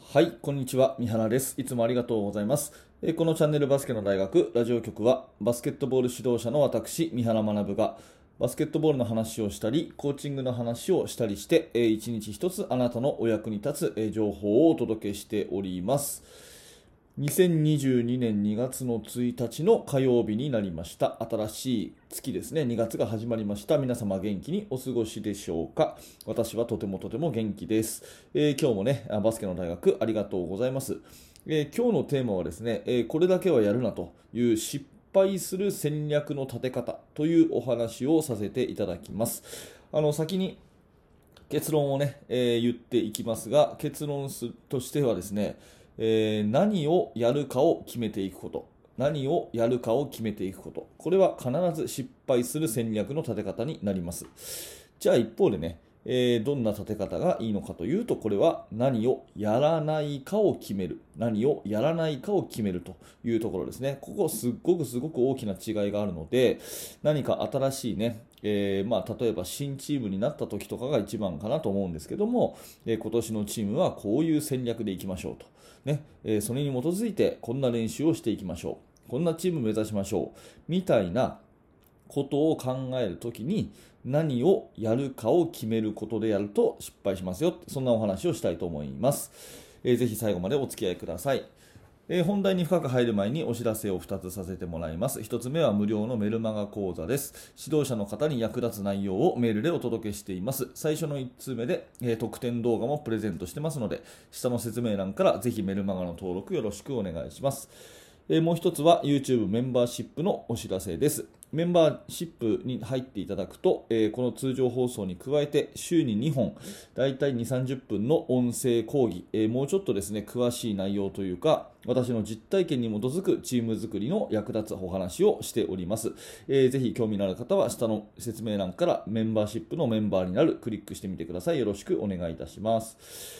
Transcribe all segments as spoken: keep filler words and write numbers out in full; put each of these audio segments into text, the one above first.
はい、こんにちは。三原です。いつもありがとうございます。えーこのチャンネルバスケの大学ラジオ局は、バスケットボール指導者の私、三原学が、バスケットボールの話をしたり、コーチングの話をしたりして、えー一日一つあなたのお役に立つ、えー情報をお届けしております。にせんにじゅうにねんにがつのついたちの火曜日になりました。新しい月ですね。にがつが始まりました。皆様元気にお過ごしでしょうか。私はとてもとても元気です。えー今日もね、あバスケの大学ありがとうございます。えー今日のテーマはですね、えーこれだけはやるなという失敗する戦略の立て方というお話をさせていただきます。あの、先に結論をね、えー言っていきますが、結論すとしてはですね、えー何をやるかを決めていくこと。何をやるかを決めていくこと。これは必ず失敗する戦略の立て方になります。じゃあ一方でね、えーどんな立て方がいいのかというと、これは何をやらないかを決める。何をやらないかを決めるというところですね。ここすっごくすごく大きな違いがあるので、何か新しいね、えーまあ、例えば新チームになった時とかが一番かなと思うんですけども、えー今年のチームはこういう戦略でいきましょうと。ね、えーそれに基づいてこんな練習をしていきましょう。こんなチームを目指しましょう。みたいなことを考えるときに何をやるかを決めることでやると失敗しますよ。そんなお話をしたいと思います。えーぜひ最後までお付き合いください。えー本題に深く入る前にお知らせをふたつさせてもらいます。ひとつめは無料のメルマガ講座です。指導者の方に役立つ内容をメールでお届けしています。最初のいっつうめで、えー特典動画もプレゼントしてますので、下の説明欄からぜひメルマガの登録よろしくお願いします。えーもう一つは YouTube メンバーシップのお知らせです。メンバーシップに入っていただくと、えーこの通常放送に加えて週ににほん、だいたいに、さんじゅっぷんの音声講義、えーもうちょっとですね、詳しい内容というか、私の実体験に基づくチーム作りの役立つお話をしております。えーぜひ興味のある方は下の説明欄からメンバーシップのメンバーになるクリックしてみてください。よろしくお願いいたします。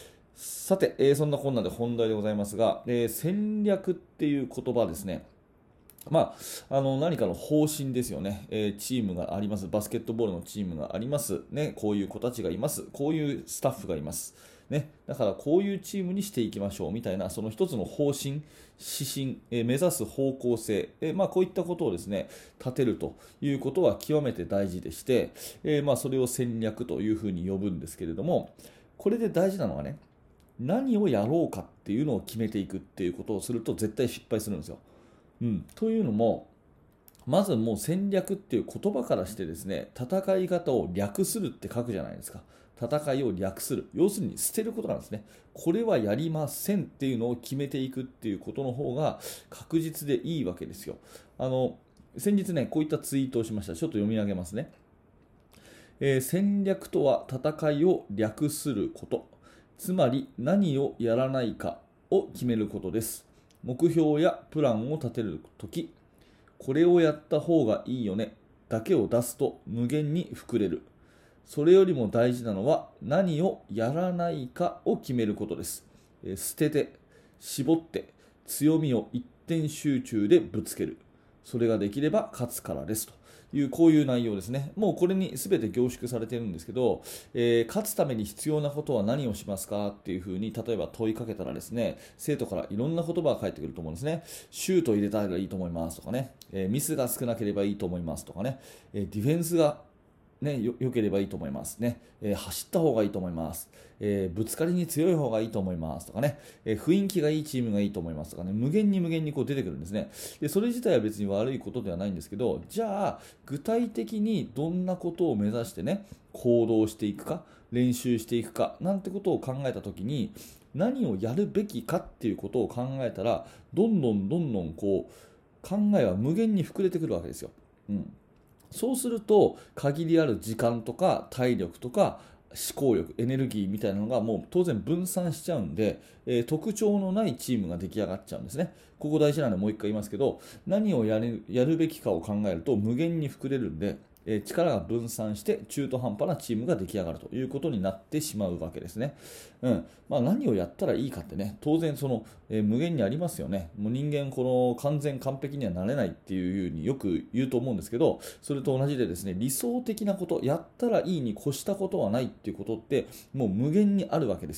さて、えーそんなこんなで本題でございますが、えー戦略っていう言葉ですね。まあ、あの何かの方針ですよね、えーチームがあります、バスケットボールのチームがあります、ね、こういう子たちがいます、こういうスタッフがいます、ね、だからこういうチームにしていきましょうみたいな、その一つの方針、指針、えー目指す方向性、えーまあ、こういったことをですね立てるということは極めて大事でして、えーまあ、それを戦略というふうに呼ぶんですけれども、これで大事なのはね、何をやろうかっていうのを決めていくっていうことをすると絶対失敗するんですよ。うん、というのも、まずもう戦略っていう言葉からしてですね、戦い方を略するって書くじゃないですか。戦いを略する。要するに捨てることなんですね。これはやりませんっていうのを決めていくっていうことの方が確実でいいわけですよ。あの、先日ね、こういったツイートをしました。ちょっと読み上げますね。えー戦略とは戦いを略すること。つまり何をやらないかを決めることです。目標やプランを立てるとき、これをやった方がいいよねだけを出すと無限に膨れる。それよりも大事なのは何をやらないかを決めることです。えー捨てて、絞って、強みを一点集中でぶつける。それができれば勝つからですという、こういう内容ですね。もうこれに全て凝縮されているんですけど、えー勝つために必要なことは何をしますかっていうふうに例えば問いかけたらですね、生徒からいろんな言葉が返ってくると思うんですね。シュート入れたらいいと思いますとかね、えーミスが少なければいいと思いますとかね、えーディフェンスがね、よ良ければいいと思いますね、えー走った方がいいと思います、えーぶつかりに強い方がいいと思いますとかね、えー雰囲気がいいチームがいいと思いますとかね、無限に無限にこう出てくるんですね。でそれ自体は別に悪いことではないんですけど、じゃあ具体的にどんなことを目指してね行動していくか、練習していくかなんてことを考えたときに、何をやるべきかっていうことを考えたら、どんどんどんどんこう考えは無限に膨れてくるわけですよ。うん、そうすると限りある時間とか体力とか思考力、エネルギーみたいなのがもう当然分散しちゃうんで、えー特徴のないチームが出来上がっちゃうんですね。ここ大事なのでもう一回言いますけど、何をやる、やるべきかを考えると無限に膨れるんで、えー力が分散して中途半端なチームが出来上がるということになってしまうわけですね。うんまあ、何をやったらいいかってね、当然その、えー無限にありますよね。もう人間この完全完璧にはなれないっていうふうによく言うと思うんですけど、それと同じでですね、理想的なこと、やったらいいに越したことはないっていうことってもう無限にあるわけですよ。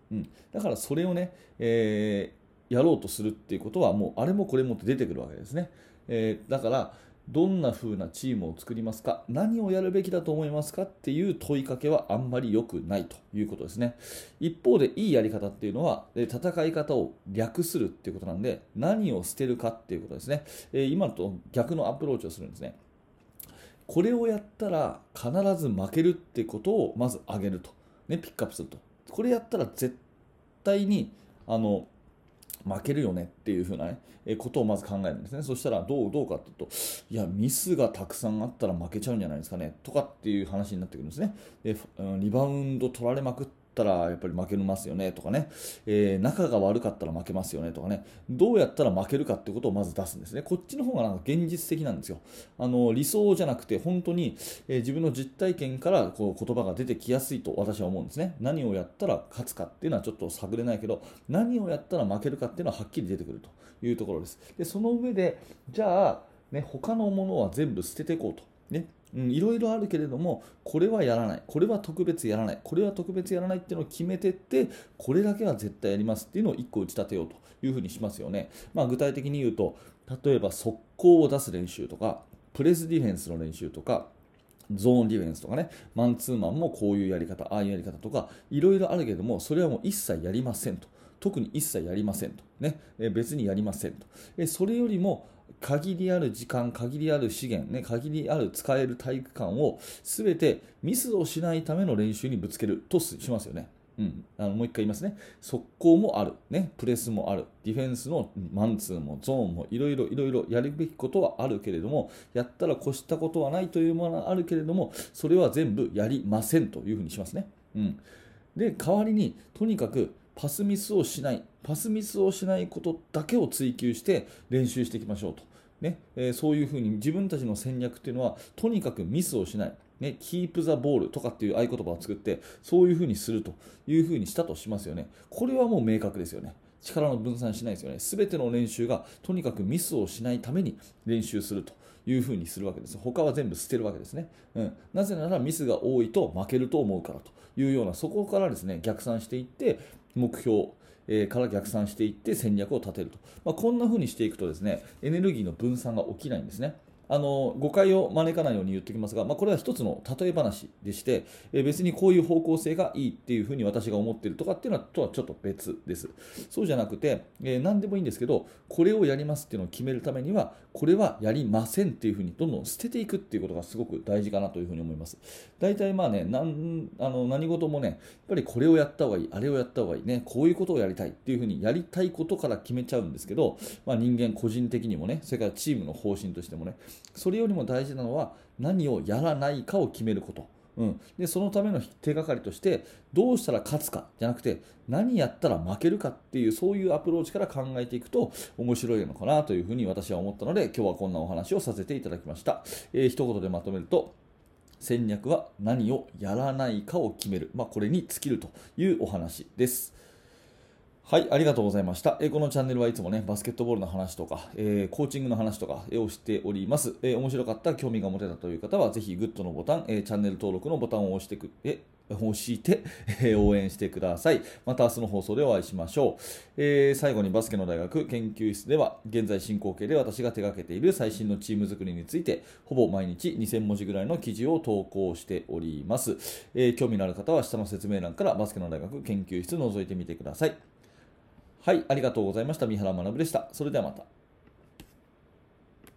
うん、だからそれをね、えーやろうとするっていうことはもうあれもこれもって出てくるわけですね。えーだからどんな風なチームを作りますか、何をやるべきだと思いますかっていう問いかけはあんまり良くないということですね。一方でいいやり方っていうのはえー戦い方を略するっていうことなんで、何を捨てるかっていうことですね。えー今と逆のアプローチをするんですね。これをやったら必ず負けるってことをまず上げると、ね、ピックアップすると、これやったら絶対にあの負けるよねっていう風な、ね、えことをまず考えるんですね。そしたらどうどうかっていうと、いやミスがたくさんあったら負けちゃうんじゃないですかねとかっていう話になってくるんですね。でリバウンド取られまくったらやっぱり負けますよねとかね、えー仲が悪かったら負けますよねとかね、どうやったら負けるかってことをまず出すんですね。こっちの方がなんか現実的なんですよ。あの理想じゃなくて本当に、えー自分の実体験からこう言葉が出てきやすいと私は思うんですね。何をやったら勝つかっていうのはちょっと探れないけど、何をやったら負けるかっていうのははっきり出てくるというところです。でその上でじゃあ、ね、他のものは全部捨てていこうと。ねうん、いろいろあるけれども、これはやらない、これは特別やらない、これは特別やらないっていうのを決めていって、これだけは絶対やりますっていうのをいっこ打ち立てようというふうにしますよね。まあ、具体的に言うと、例えば速攻を出す練習とか、プレスディフェンスの練習とか、ゾーンディフェンスとかね、マンツーマンもこういうやり方、ああいうやり方とか、いろいろあるけれども、それはもう一切やりませんと。特に一切やりませんと。ね、え別にやりませんと。えそれよりも、限りある時間、限りある資源、ね、限りある使える体育館を全てミスをしないための練習にぶつけるとしますよね。うん、あのもう一回言いますね。速攻もある、ね、プレスもある、ディフェンスのマンツーもゾーンもいろいろいろいろやるべきことはあるけれども、やったら越したことはないというものがあるけれども、それは全部やりませんというふうにしますね。うん、で代わりにとにかくパスミスをしない、パスミスをしないことだけを追求して練習していきましょうと。ねえーそういうふうに自分たちの戦略っていうのはとにかくミスをしない、ね、キープ・ザ・ボールとかっていう合言葉を作ってそういうふうにするというふうにしたとしますよね。これはもう明確ですよね。力の分散しないですよね。すべての練習がとにかくミスをしないために練習するというふうにするわけです。他は全部捨てるわけですね。うん、なぜならミスが多いと負けると思うからというような、そこからですね逆算していって目標えーから逆算していって戦略を立てると、まあ、こんな風にしていくとですねエネルギーの分散が起きないんですね。あの誤解を招かないように言っておきますが、まあ、これは一つの例え話でして、えー別にこういう方向性がいいっていうふうに私が思っているとかっていうのはとはちょっと別です。そうじゃなくて、えー何でもいいんですけど、これをやりますっていうのを決めるためにはこれはやりませんっていうふうにどんどん捨てていくっていうことがすごく大事かなというふうに思います。大体まあね、なんあの何事もね、やっぱりこれをやった方がいい、あれをやった方がいいね、こういうことをやりたいっていうふうにやりたいことから決めちゃうんですけど、まあ、人間個人的にもね、それからチームの方針としてもね、それよりも大事なのは何をやらないかを決めること。うん、でそのための手がかりとしてどうしたら勝つかじゃなくて何やったら負けるかっていうそういうアプローチから考えていくと面白いのかなというふうに私は思ったので今日はこんなお話をさせていただきました。えー、一言でまとめると戦略は何をやらないかを決める、まあ、これに尽きるというお話です。はい、ありがとうございました。えーこのチャンネルはいつもね、バスケットボールの話とか、えーコーチングの話とかえーをしております。えー面白かった、興味が持てたという方は、ぜひグッドのボタン、えーチャンネル登録のボタンを押してく、え押して、えー応援してください。また明日の放送でお会いしましょう。えー最後にバスケの大学研究室では、現在進行形で私が手掛けている最新のチーム作りについて、ほぼ毎日にせんもじぐらいの記事を投稿しております。えー興味のある方は下の説明欄からバスケの大学研究室を覗いてみてください。はい、ありがとうございました。三原学でした。それではまた。